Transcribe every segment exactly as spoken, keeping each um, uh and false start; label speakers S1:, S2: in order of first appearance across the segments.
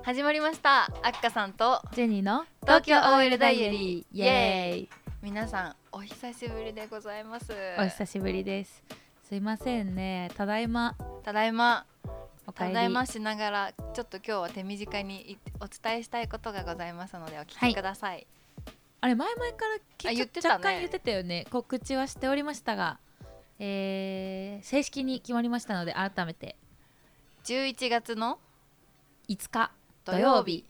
S1: 始まりました。あっかさんと
S2: ジェニーの
S1: 東京 オーエル ダイアリー。
S2: イエーイ。
S1: 皆さんお久しぶりでございます。
S2: お久しぶりです。すいませんね。ただいま。
S1: ただいま。
S2: おかえり。
S1: ただいましながらちょっと今日は手短にお伝えしたいことがございますのでお聞きください。はい、
S2: あれ前々からき
S1: 言ってたね、
S2: 若干言ってたよね。告知はしておりましたが、えー、正式に決まりましたので改めて
S1: じゅういちがつの
S2: いつか
S1: 土曜日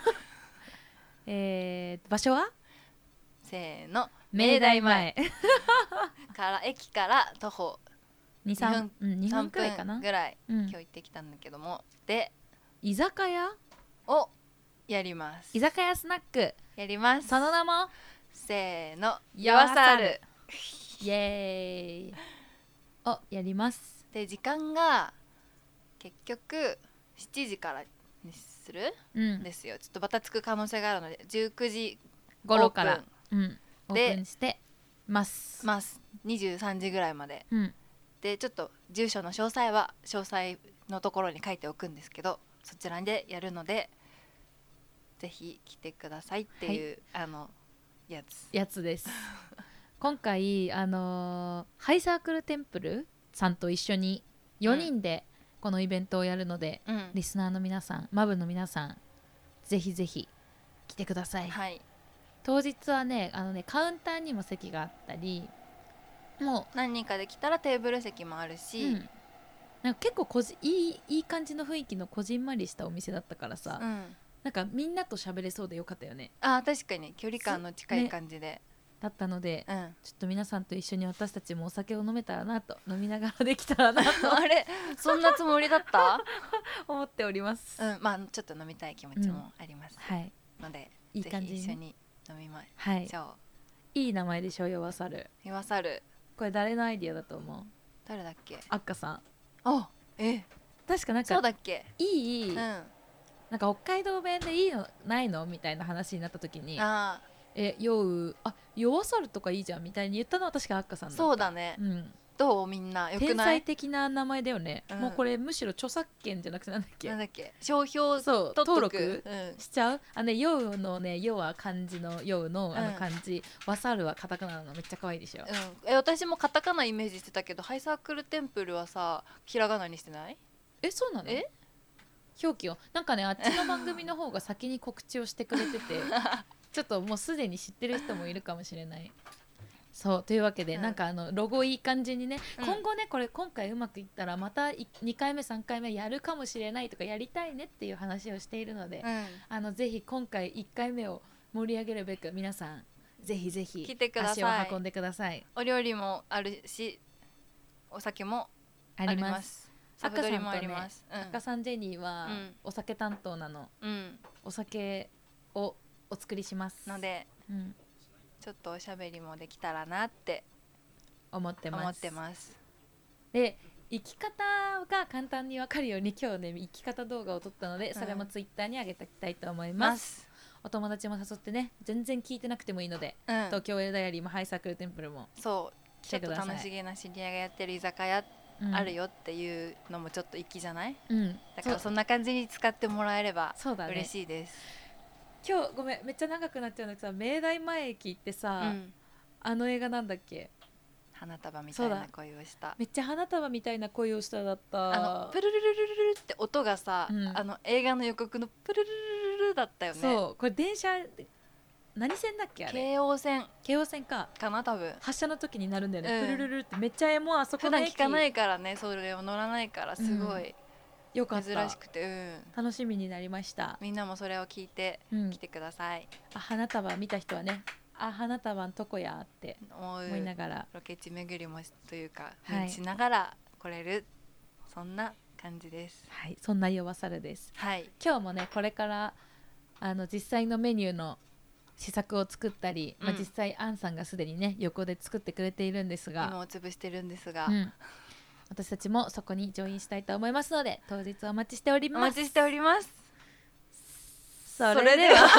S2: えー、場所は
S1: せーの
S2: 明大前
S1: から駅から徒歩
S2: に、さんぷん、うん、にふんくらいかな
S1: ぐらい、
S2: うん、
S1: 今日行ってきたんだけども、で
S2: 居酒屋
S1: をやります。
S2: 居酒屋スナック
S1: やります。
S2: その名も
S1: せーのヤワサール
S2: イエーイをやります。
S1: で時間が結局しちじからにするんですよ、うん、ちょっとバタつく可能性があるのでじゅうくじ
S2: 頃から、
S1: うん、
S2: オープンしてます
S1: ますにじゅうさんじぐらいまで、
S2: うん、
S1: でちょっと住所の詳細は詳細のところに書いておくんですけど、そちらでやるのでぜひ来てくださいっていう、はい、あのやつ
S2: やつです今回あのー、ハイサークルテンプルさんと一緒によにんでこのイベントをやるので、うん、リスナーの皆さん、マブの皆さんぜひぜひ来てください、
S1: はい、
S2: 当日はね、あのねカウンターにも席があったり、
S1: もう何人かで来たらテーブル席もあるし、うん、
S2: なんか結構こじいい、いい感じの雰囲気のこじんまりしたお店だったからさ、うん、なんかみんなと喋れそうでよかったよね。
S1: あ、確かに距離感の近い感じで、ね、
S2: だったので、
S1: うん、
S2: ちょっと皆さんと一緒に私たちもお酒を飲めたらなと、飲みながらできたらなと
S1: あれそんなつもりだった
S2: 思っております、
S1: うん、まあちょっと飲みたい気持ちもあります、
S2: うん、はい、
S1: ので
S2: いい感じに
S1: ぜひ一緒に飲みましょう、
S2: はい、いい名前でしょ、ヨワサル。
S1: ヨワサル、
S2: これ誰のアイディアだと思う？
S1: 誰だっけ？
S2: あっかさん。
S1: あ、え
S2: 確かなんか
S1: そうだっけ？
S2: いい、
S1: うん、
S2: なんか北海道弁でいいのないのみたいな話になった時に、
S1: あ
S2: え、よう、あ、ヨワサルとかいいじゃんみたいに言ったのは確かあっかさんだった。
S1: そうだね、
S2: うん、
S1: どう？みんなよくない？
S2: 天才的な名前だよね、うん、もうこれむしろ著作権じゃなくてなんだっけ
S1: なんだっけ商標
S2: 登録、
S1: うん、
S2: しちゃう。あね、ヨウのね、ヨは漢字のヨウのあの漢字、うん、ワサルはカタカナのめっちゃ可愛いでしょ、
S1: うん、え私もカタカナイメージしてたけどハイサークルテンプルはさひらがなにしてない？
S2: え、そうなの？え表記をなんかね、あっちの番組の方が先に告知をしてくれててちょっともうすでに知ってる人もいるかもしれない。そうというわけで、うん、なんかあのロゴいい感じにね、うん、今後ねこれ今回うまくいったらまたにかいめさんかいめやるかもしれないとかやりたいねっていう話をしているので、うん、あのぜひ今回いっかいめを盛り上げるべく皆さんぜひぜひ足を運んでください。
S1: お料理もあるしお酒もあります。
S2: サブドリもあります。あかさんジェニーはお酒担当なの、うん、お酒をお作りします
S1: ので、うん、ちょっとおしゃべりもできたらなって
S2: 思ってます。
S1: 思ってます。
S2: で、生き方が簡単に分かるように今日ね生き方動画を撮ったので、それもツイッターに上げていきたいと思います、うん、お友達も誘ってね、全然聞いてなくてもいいので、うん、東京エルダイアリーもハイサークルテンプルも
S1: そうちょっと楽しげな知り合いがやってる居酒屋あるよっていうのもちょっと粋じゃない、うん、だからそんな感じに使ってもらえれば嬉しいです、ね、
S2: 今日ごめんめっちゃ長くなっちゃうんだけどさ、明大前駅ってさ、うん、あの映画なんだっけ、
S1: 花束みたいな恋をした、
S2: めっちゃ花束みたいな恋をしただった。
S1: あのプルルルルルルって音がさ、うん、あの映画の予告のプルルルルルだったよね。
S2: そうこれ電車何線だっけあれ、
S1: 京王線
S2: 京王線か
S1: かな多分、
S2: 発車の時になるんだよね、うん、プルルルルってめっちゃもうあそこの駅
S1: 普段聞かないからね、それを乗らないからすごい、うん、
S2: よかった
S1: 珍しくて、うん、
S2: 楽しみになりました。
S1: みんなもそれを聞いて来てください、
S2: うん、あ花束見た人はね、あ花束んとこやって思いながら
S1: ロケ地巡りもというか、はい、しながら来れるそんな感じです。
S2: はい、そんなヨワサルです、
S1: はい、
S2: 今日もねこれからあの実際のメニューの試作を作ったり、うん、まあ、実際アンさんがすでにね横で作ってくれているんですが、
S1: 今を潰してるんですが、
S2: うん、私たちもそこにジョインしたいと思いますので当日お待ちしております。
S1: お待ちしております。
S2: それでは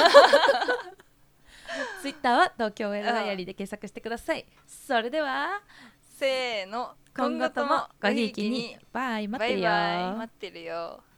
S2: ツイッターは東京エルダイアリーで検索してください。それでは
S1: せーの、
S2: 今後ともごひいきにバイ待ってるよ。
S1: バイバイ待ってるよ。